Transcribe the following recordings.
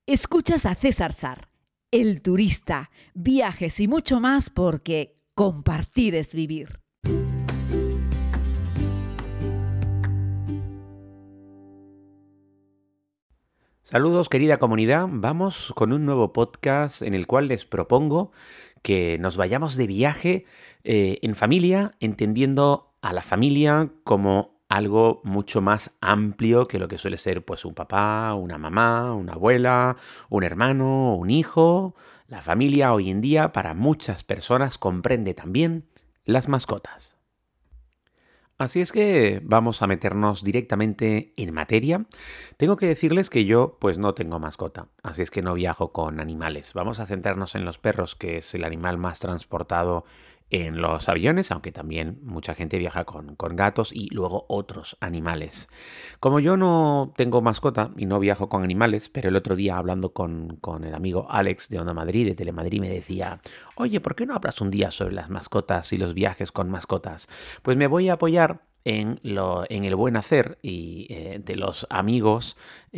Escuchas a César Sar, el turista, viajes y mucho más porque compartir es vivir. Saludos querida comunidad, vamos con un nuevo podcast en el cual les propongo que nos vayamos de viaje en familia, entendiendo a la familia como algo mucho más amplio que lo que suele ser pues un papá, una mamá, una abuela, un hermano, un hijo. La familia hoy en día para muchas personas comprende también las mascotas. Así es que vamos a meternos directamente en materia. Tengo que decirles que yo pues no tengo mascota, así es que no viajo con animales. Vamos a centrarnos en los perros, que es el animal más transportado en los aviones, aunque también mucha gente viaja con gatos y luego otros animales. Como yo no tengo mascota y no viajo con animales, pero el otro día hablando con el amigo Alex de Onda Madrid, de Telemadrid, me decía, oye, ¿por qué no hablas un día sobre las mascotas y los viajes con mascotas? Pues me voy a apoyar en el buen hacer y de los amigos,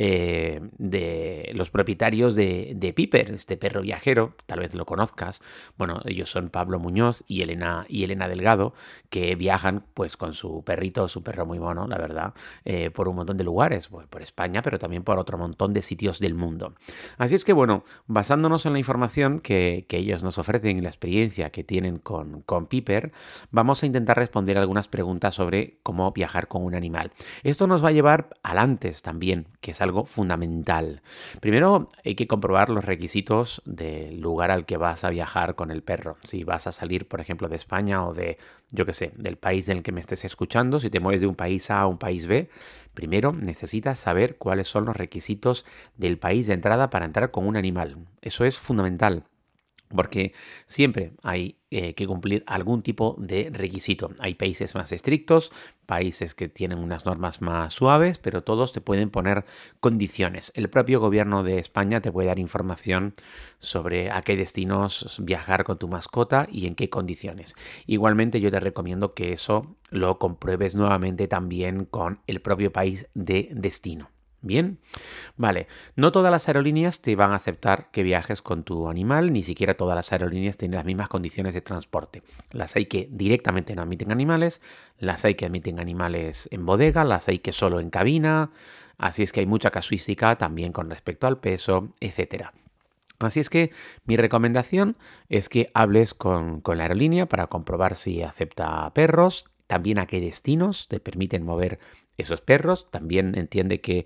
de los propietarios de Piper, este perro viajero, tal vez lo conozcas. Bueno, ellos son Pablo Muñoz y Elena Delgado, que viajan pues con su perrito, su perro muy mono, la verdad, por un montón de lugares, pues, por España, pero también por otro montón de sitios del mundo. Así es que bueno, basándonos en la información que ellos nos ofrecen y la experiencia que tienen con Piper, vamos a intentar responder algunas preguntas sobre cómo viajar con un animal. Esto nos va a llevar al antes también, que es algo fundamental. Primero hay que comprobar los requisitos del lugar al que vas a viajar con el perro. Si vas a salir, por ejemplo, de España o de, yo qué sé, del país en el que me estés escuchando, si te mueves de un país A a un país B, primero necesitas saber cuáles son los requisitos del país de entrada para entrar con un animal. Eso es fundamental. Porque siempre hay que cumplir algún tipo de requisito. Hay países más estrictos, países que tienen unas normas más suaves, pero todos te pueden poner condiciones. El propio gobierno de España te puede dar información sobre a qué destinos viajar con tu mascota y en qué condiciones. Igualmente yo te recomiendo que eso lo compruebes nuevamente también con el propio país de destino. Bien, vale, no todas las aerolíneas te van a aceptar que viajes con tu animal, ni siquiera todas las aerolíneas tienen las mismas condiciones de transporte. Las hay que directamente no admiten animales, las hay que admiten animales en bodega, las hay que solo en cabina, así es que hay mucha casuística también con respecto al peso, etcétera. Así es que mi recomendación es que hables con la aerolínea para comprobar si acepta perros, también a qué destinos te permiten mover esos perros. También entiende que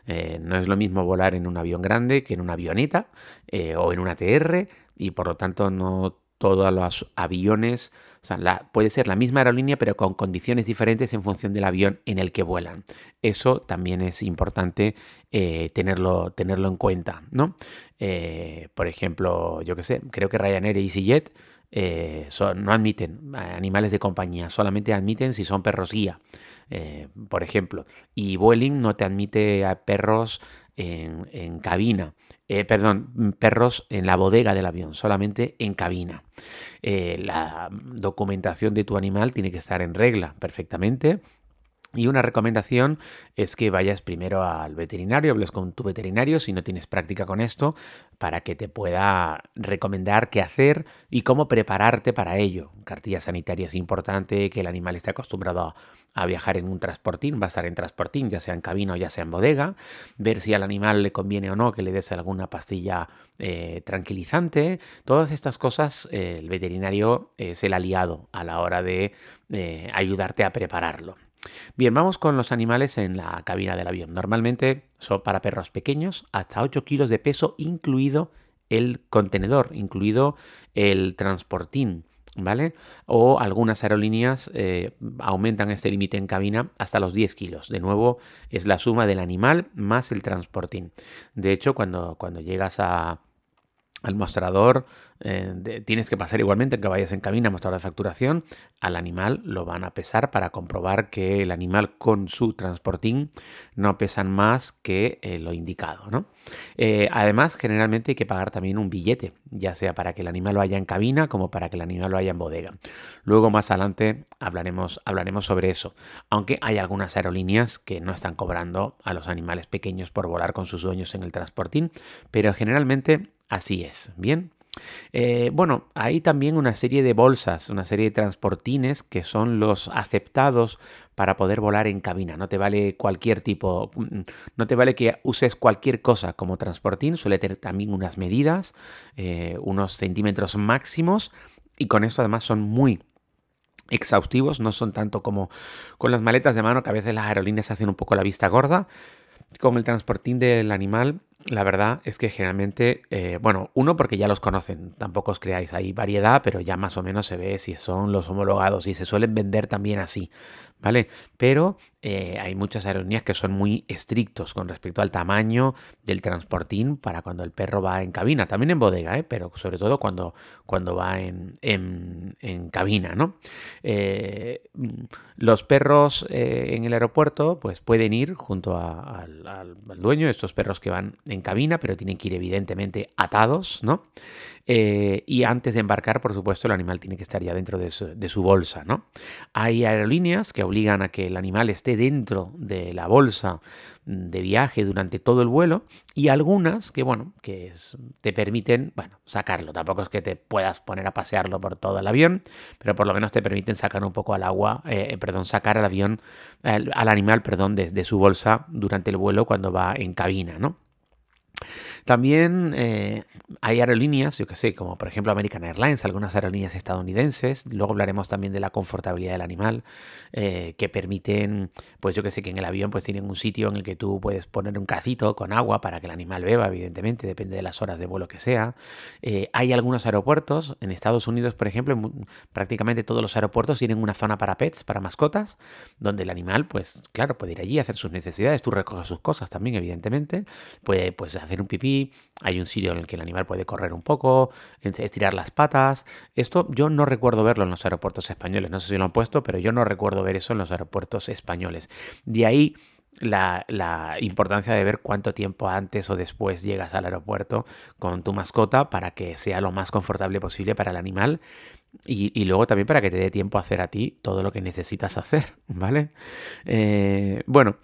no es lo mismo volar en un avión grande que en una avioneta o en una TR y por lo tanto no todos los aviones, o sea, puede ser la misma aerolínea pero con condiciones diferentes en función del avión en el que vuelan. Eso también es importante tenerlo en cuenta, ¿no? Por ejemplo, yo qué sé, creo que Ryanair y EasyJet no admiten animales de compañía, solamente admiten si son perros guía, por ejemplo. Y Vueling no te admite a perros en cabina. Perros en la bodega del avión, solamente en cabina. La documentación de tu animal tiene que estar en regla perfectamente. Y una recomendación es que vayas primero al veterinario, hables con tu veterinario si no tienes práctica con esto, para que te pueda recomendar qué hacer y cómo prepararte para ello. Cartilla sanitaria es importante, que el animal esté acostumbrado a viajar en un transportín, va a estar en transportín, ya sea en cabina o ya sea en bodega, ver si al animal le conviene o no que le des alguna pastilla tranquilizante. Todas estas cosas el veterinario es el aliado a la hora de ayudarte a prepararlo. Bien, vamos con los animales en la cabina del avión. Normalmente son para perros pequeños, hasta 8 kilos de peso, incluido el contenedor, incluido el transportín, ¿vale? O algunas aerolíneas aumentan este límite en cabina hasta los 10 kilos. De nuevo, es la suma del animal más el transportín. De hecho, cuando llegas a al mostrador, tienes que pasar igualmente que vayas en cabina, mostrador de facturación, al animal lo van a pesar para comprobar que el animal con su transportín no pesan más que lo indicado, ¿no? Además, generalmente hay que pagar también un billete, ya sea para que el animal vaya en cabina como para que el animal vaya en bodega. Luego más adelante hablaremos sobre eso, aunque hay algunas aerolíneas que no están cobrando a los animales pequeños por volar con sus dueños en el transportín, pero generalmente así es, ¿bien? Bueno, hay también una serie de bolsas, una serie de transportines que son los aceptados para poder volar en cabina. No te vale cualquier tipo, no te vale que uses cualquier cosa como transportín, suele tener también unas medidas, unos centímetros máximos, y con eso además son muy exhaustivos, no son tanto como con las maletas de mano, que a veces las aerolíneas hacen un poco la vista gorda. Con el transportín del animal, la verdad es que generalmente, bueno, uno porque ya los conocen, tampoco os creáis, hay variedad, pero ya más o menos se ve si son los homologados y se suelen vender también así, ¿vale? Pero hay muchas aerolíneas que son muy estrictos con respecto al tamaño del transportín para cuando el perro va en cabina, también en bodega, pero sobre todo cuando va en cabina, ¿no? Los perros en el aeropuerto pues pueden ir junto al dueño, estos perros que van en cabina, pero tienen que ir evidentemente atados, ¿no? Y antes de embarcar, por supuesto, el animal tiene que estar ya dentro de su bolsa, ¿no? Hay aerolíneas que obligan a que el animal esté dentro de la bolsa de viaje durante todo el vuelo, y algunas que, bueno, te permiten, bueno, sacarlo. Tampoco es que te puedas poner a pasearlo por todo el avión, pero por lo menos te permiten sacar un poco al agua, sacar al avión, al animal, perdón, de su bolsa durante el vuelo cuando va en cabina, ¿no? También hay aerolíneas, yo que sé, como por ejemplo American Airlines, algunas aerolíneas estadounidenses. Luego hablaremos también de la confortabilidad del animal, que permiten, pues yo que sé, que en el avión pues tienen un sitio en el que tú puedes poner un cacito con agua para que el animal beba, evidentemente, depende de las horas de vuelo que sea. Hay algunos aeropuertos, en Estados Unidos, por ejemplo, prácticamente todos los aeropuertos tienen una zona para pets, para mascotas, donde el animal, pues claro, puede ir allí a hacer sus necesidades. Tú recoges sus cosas también, evidentemente. Puede pues hacer un pipí. Hay un sitio en el que el animal puede correr un poco, estirar las patas. Esto yo no recuerdo verlo en los aeropuertos españoles. No sé si lo han puesto, pero yo no recuerdo ver eso en los aeropuertos españoles. De ahí la importancia de ver cuánto tiempo antes o después llegas al aeropuerto con tu mascota para que sea lo más confortable posible para el animal, y luego también para que te dé tiempo a hacer a ti todo lo que necesitas hacer, ¿vale? Bueno.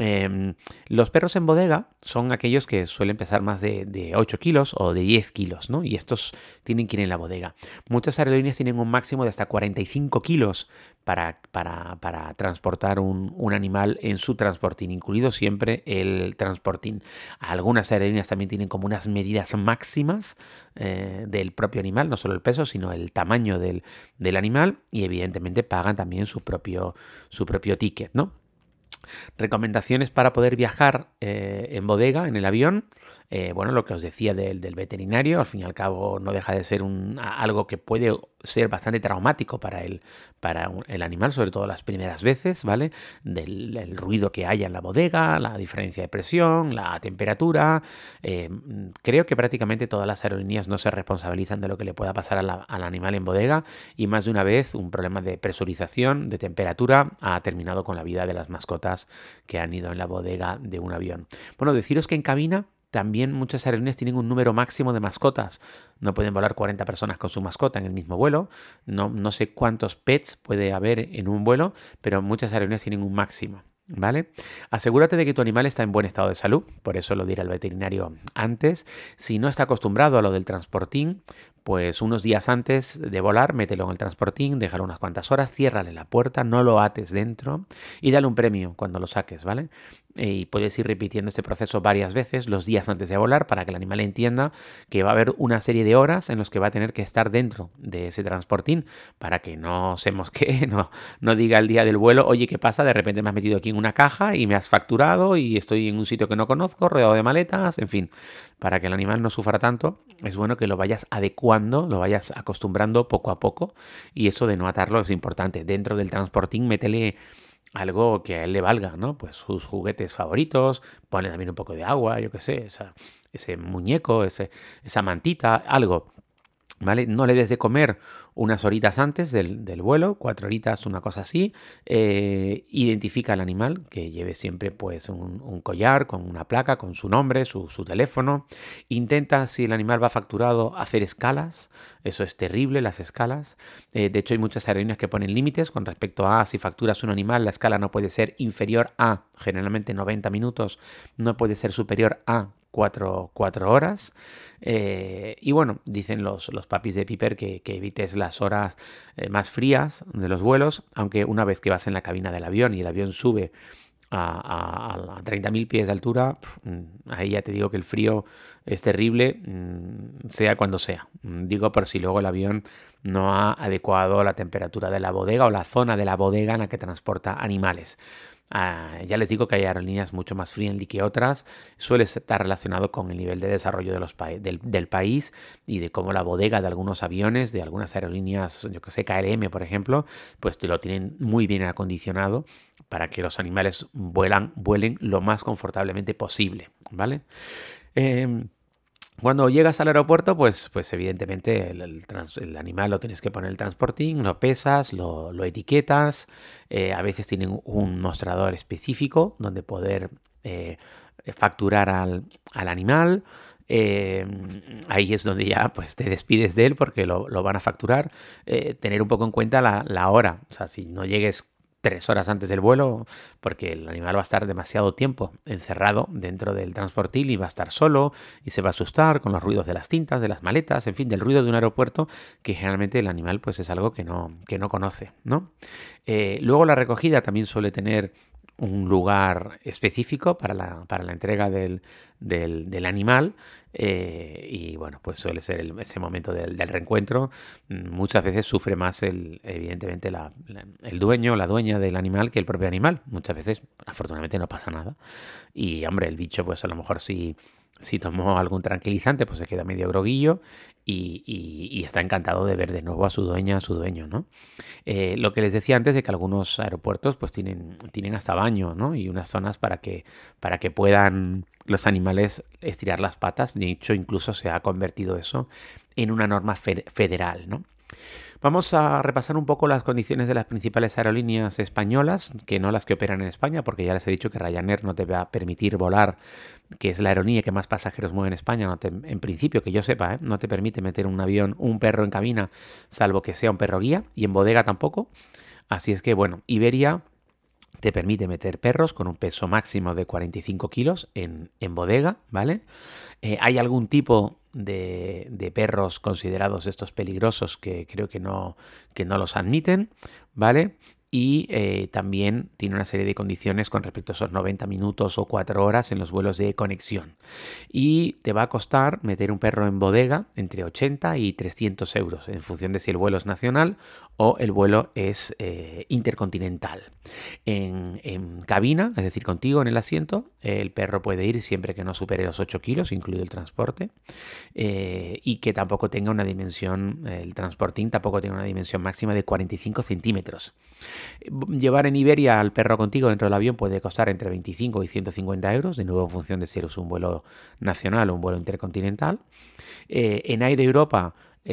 Los perros en bodega son aquellos que suelen pesar más de 8 kilos o de 10 kilos, ¿no? Y estos tienen que ir en la bodega. Muchas aerolíneas tienen un máximo de hasta 45 kilos para transportar un animal en su transportín, incluido siempre el transportín. Algunas aerolíneas también tienen como unas medidas máximas del propio animal, no solo el peso, sino el tamaño del animal, y evidentemente pagan también su propio ticket, ¿no? Recomendaciones para poder viajar en bodega, en el avión. Bueno, lo que os decía del veterinario, al fin y al cabo no deja de ser algo que puede ser bastante traumático para el animal, sobre todo las primeras veces, ¿vale? El ruido que haya en la bodega, la diferencia de presión, la temperatura. Creo que prácticamente todas las aerolíneas no se responsabilizan de lo que le pueda pasar al animal en bodega, y más de una vez un problema de presurización, de temperatura, ha terminado con la vida de las mascotas que han ido en la bodega de un avión. Bueno, deciros que en cabina también muchas aerolíneas tienen un número máximo de mascotas. No pueden volar 40 personas con su mascota en el mismo vuelo. No sé cuántos pets puede haber en un vuelo, pero muchas aerolíneas tienen un máximo, ¿vale? Asegúrate de que tu animal está en buen estado de salud, por eso lo dirá el veterinario antes. Si no está acostumbrado a lo del transportín, pues unos días antes de volar, mételo en el transportín, déjalo unas cuantas horas, ciérrale la puerta, no lo ates dentro y dale un premio cuando lo saques, ¿vale? Y puedes ir repitiendo este proceso varias veces los días antes de volar para que el animal entienda que va a haber una serie de horas en los que va a tener que estar dentro de ese transportín, para que no se mosquee, no diga el día del vuelo: oye, ¿qué pasa? De repente me has metido aquí en una caja y me has facturado y estoy en un sitio que no conozco, rodeado de maletas, en fin. Para que el animal no sufra tanto, es bueno que lo vayas adecuando, lo vayas acostumbrando poco a poco, y eso de no atarlo es importante. Dentro del transportín métele algo que a él le valga, ¿no? Pues sus juguetes favoritos, ponle también un poco de agua, yo qué sé, ese muñeco, esa mantita, algo. ¿Vale? No le des de comer unas horitas antes del vuelo, 4 horitas, una cosa así. Identifica al animal, que lleve siempre pues un collar con una placa, con su nombre, su teléfono. Intenta, si el animal va facturado, hacer escalas. Eso es terrible, las escalas. De hecho, hay muchas aerolíneas que ponen límites con respecto a si facturas un animal, la escala no puede ser inferior a, generalmente 90 minutos, no puede ser superior a 4 horas. Y bueno, dicen los papis de Piper que evites las horas más frías de los vuelos, aunque una vez que vas en la cabina del avión y el avión sube a 30.000 pies de altura, ahí ya te digo que el frío es terrible, sea cuando sea. Digo por si luego el avión no ha adecuado la temperatura de la bodega o la zona de la bodega en la que transporta animales. Ya les digo que hay aerolíneas mucho más friendly que otras. Suele estar relacionado con el nivel de desarrollo de del país y de cómo la bodega de algunos aviones, de algunas aerolíneas, yo que sé, KLM, por ejemplo, pues te lo tienen muy bien acondicionado para que los animales vuelen lo más confortablemente posible, ¿vale? Cuando llegas al aeropuerto, pues evidentemente el animal lo tienes que poner el transportín, lo pesas, lo etiquetas. A veces tienen un mostrador específico donde poder facturar al animal. Ahí es donde ya pues te despides de él porque lo van a facturar. Tener un poco en cuenta la hora. O sea, si no llegues 3 horas antes del vuelo, porque el animal va a estar demasiado tiempo encerrado dentro del transportil y va a estar solo y se va a asustar con los ruidos de las cintas, de las maletas, en fin, del ruido de un aeropuerto, que generalmente el animal pues es algo que no conoce, ¿no? Luego la recogida también suele tener un lugar específico para la entrega del animal. Y bueno, pues suele ser ese momento del reencuentro. Muchas veces sufre más evidentemente el dueño o la dueña del animal que el propio animal. Muchas veces, afortunadamente, no pasa nada. Y hombre, el bicho pues a lo mejor si tomó algún tranquilizante, pues se queda medio groguillo y está encantado de ver de nuevo a su dueña, a su dueño, ¿no? Lo que les decía antes de que algunos aeropuertos pues tienen hasta baño, ¿no? Y unas zonas para que puedan los animales estirar las patas. De hecho, incluso se ha convertido eso en una norma federal, ¿no? Vamos a repasar un poco las condiciones de las principales aerolíneas españolas, que no las que operan en España, porque ya les he dicho que Ryanair no te va a permitir volar, que es la aerolínea que más pasajeros mueve en España. En principio, que yo sepa, no te permite meter en un avión un perro en cabina, salvo que sea un perro guía, y en bodega tampoco. Así es que, bueno, Iberia te permite meter perros con un peso máximo de 45 kilos en bodega, ¿vale? Hay algún tipo de perros considerados estos peligrosos que creo que no los admiten, ¿vale? Y también tiene una serie de condiciones con respecto a esos 90 minutos o 4 horas en los vuelos de conexión. Y te va a costar meter un perro en bodega entre 80 y 300 euros, en función de si el vuelo es nacional o el vuelo es intercontinental. En cabina, es decir, contigo en el asiento, el perro puede ir siempre que no supere los 8 kilos, incluido el transporte, y que tampoco tenga una dimensión, el transportín tampoco tenga una dimensión máxima de 45 centímetros. Llevar en Iberia al perro contigo dentro del avión puede costar entre 25 y 150 euros, de nuevo en función de si eres un vuelo nacional o un vuelo intercontinental. En Air Europa,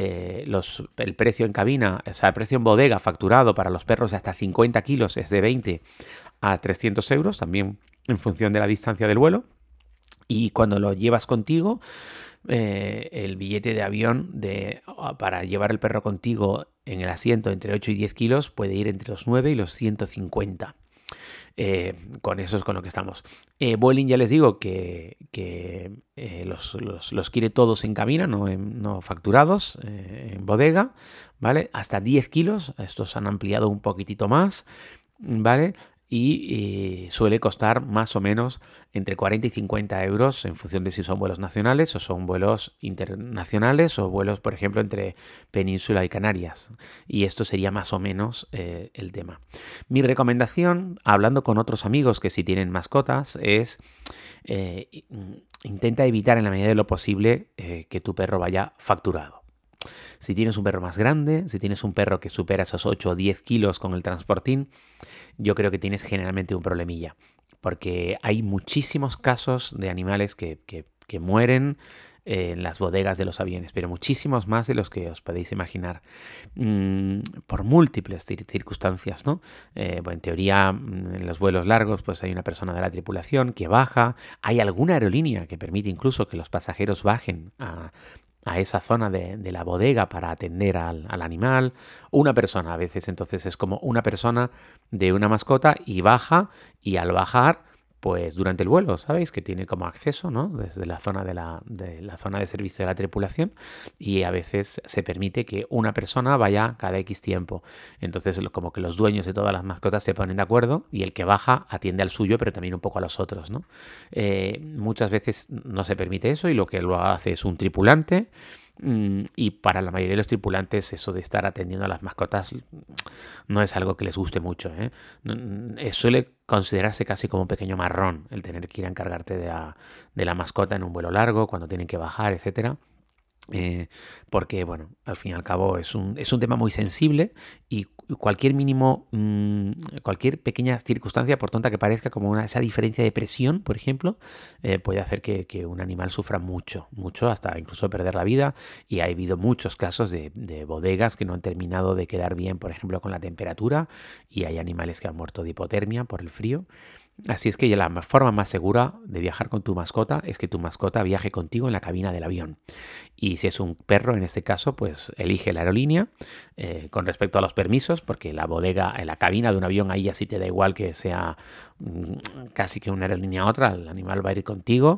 el precio en cabina, o sea, el precio en bodega facturado para los perros de hasta 50 kilos es de 20 a 300 euros, también en función de la distancia del vuelo. Y cuando lo llevas contigo, el billete de avión para llevar el perro contigo en el asiento entre 8 y 10 kilos puede ir entre los 9 y los 150. Con eso es con lo que estamos. Vueling, ya les digo que los quiere todos en cabina, no facturados, en bodega, ¿vale? Hasta 10 kilos, estos han ampliado un poquitito más, ¿vale? Y suele costar más o menos entre 40 y 50 euros en función de si son vuelos nacionales o son vuelos internacionales o vuelos, por ejemplo, entre Península y Canarias. Y esto sería más o menos el tema. Mi recomendación, hablando con otros amigos que sí tienen mascotas, es intenta evitar en la medida de lo posible que tu perro vaya facturado. Si tienes un perro más grande, si tienes un perro que supera esos 8 o 10 kilos con el transportín, yo creo que tienes generalmente un problemilla. Porque hay muchísimos casos de animales que mueren en las bodegas de los aviones, pero muchísimos más de los que os podéis imaginar, por múltiples circunstancias, ¿no? Bueno, en teoría, en los vuelos largos, pues hay una persona de la tripulación que baja, hay alguna aerolínea que permite incluso que los pasajeros bajen a esa zona de la bodega para atender al animal. Una persona, a veces entonces es como una persona de una mascota y baja, y al bajar, pues durante el vuelo, ¿sabéis? Que tiene como acceso, ¿no? Desde la zona de la zona de servicio de la tripulación, y a veces se permite que una persona vaya cada X tiempo. Entonces como que los dueños de todas las mascotas se ponen de acuerdo y el que baja atiende al suyo, pero también un poco a los otros, ¿no? Muchas veces no se permite eso y lo que lo hace es un tripulante. Y para la mayoría de los tripulantes eso de estar atendiendo a las mascotas no es algo que les guste mucho, ¿eh? Suele considerarse casi como un pequeño marrón el tener que ir a encargarte de la mascota en un vuelo largo, cuando tienen que bajar, etcétera. Porque, bueno, al fin y al cabo es un tema muy sensible, y cualquier mínimo, cualquier pequeña circunstancia, por tonta que parezca, como esa diferencia de presión, por ejemplo, puede hacer que un animal sufra mucho, mucho, hasta incluso perder la vida. Y ha habido muchos casos de bodegas que no han terminado de quedar bien, por ejemplo, con la temperatura, y hay animales que han muerto de hipotermia por el frío. Así es que la forma más segura de viajar con tu mascota es que tu mascota viaje contigo en la cabina del avión. Y si es un perro, en este caso, pues elige la aerolínea. Con respecto a los permisos, porque la bodega, en la cabina de un avión, ahí ya sí te da igual que sea casi que una aerolínea a otra, el animal va a ir contigo.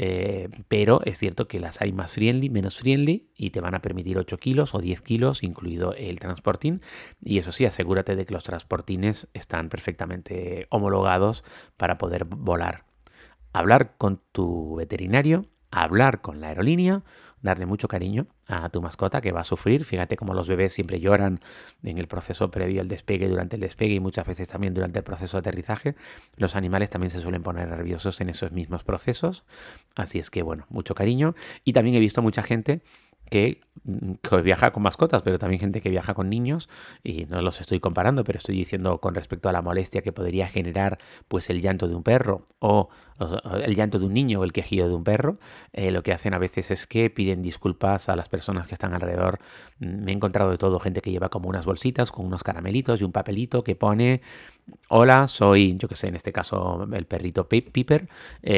Pero es cierto que las hay más friendly, menos friendly, y te van a permitir 8 kilos o 10 kilos, incluido el transportín. Y eso sí, asegúrate de que los transportines están perfectamente homologados para poder volar. Hablar con tu veterinario, hablar con la aerolínea, darle mucho cariño a tu mascota que va a sufrir. Fíjate cómo los bebés siempre lloran en el proceso previo al despegue, durante el despegue y muchas veces también durante el proceso de aterrizaje. Los animales también se suelen poner nerviosos en esos mismos procesos. Así es que, bueno, mucho cariño. Y también he visto mucha gente que viaja con mascotas, pero también gente que viaja con niños, y no los estoy comparando, pero estoy diciendo con respecto a la molestia que podría generar pues el llanto de un perro o el llanto de un niño o el quejido de un perro. Lo que hacen a veces es que piden disculpas a las personas que están alrededor. Me he encontrado de todo, gente que lleva como unas bolsitas con unos caramelitos y un papelito que pone: hola, soy, yo que sé, en este caso el perrito Piper,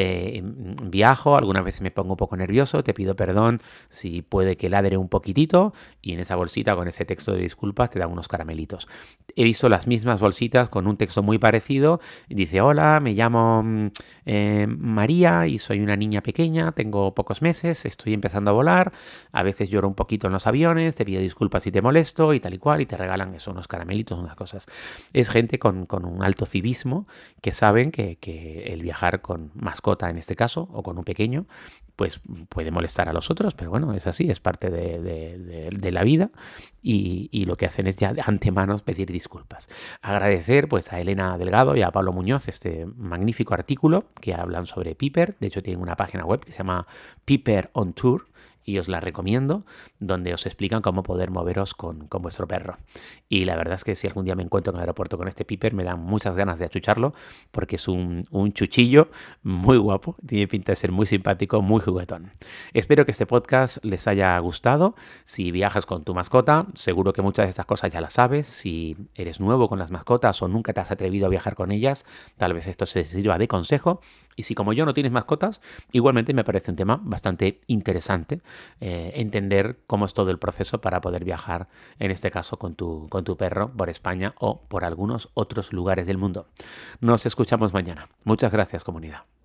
viajo, algunas veces me pongo un poco nervioso, te pido perdón si puede que ladre un poquitito, y en esa bolsita con ese texto de disculpas te dan unos caramelitos. He visto las mismas bolsitas con un texto muy parecido, dice: hola, me llamo María y soy una niña pequeña, tengo pocos meses, estoy empezando a volar, a veces lloro un poquito en los aviones, te pido disculpas si te molesto, y tal y cual, y te regalan eso, unos caramelitos, unas cosas. Es gente con un alto civismo, que saben que el viajar con mascota en este caso, o con un pequeño, pues puede molestar a los otros, pero bueno, es así, es parte de la vida, y lo que hacen es ya de antemano pedir disculpas. Agradecer pues a Elena Delgado y a Pablo Muñoz este magnífico artículo que hablan sobre Piper. De hecho tienen una página web que se llama Piper on Tour, y os la recomiendo, donde os explican cómo poder moveros con vuestro perro. Y la verdad es que si algún día me encuentro en el aeropuerto con este Piper, me dan muchas ganas de achucharlo, porque es un chuchillo muy guapo, tiene pinta de ser muy simpático, muy juguetón. Espero que este podcast les haya gustado. Si viajas con tu mascota, seguro que muchas de estas cosas ya las sabes. Si eres nuevo con las mascotas o nunca te has atrevido a viajar con ellas, tal vez esto se sirva de consejo. Y si como yo no tienes mascotas, igualmente me parece un tema bastante interesante, entender cómo es todo el proceso para poder viajar, en este caso con tu perro, por España o por algunos otros lugares del mundo. Nos escuchamos mañana. Muchas gracias, comunidad.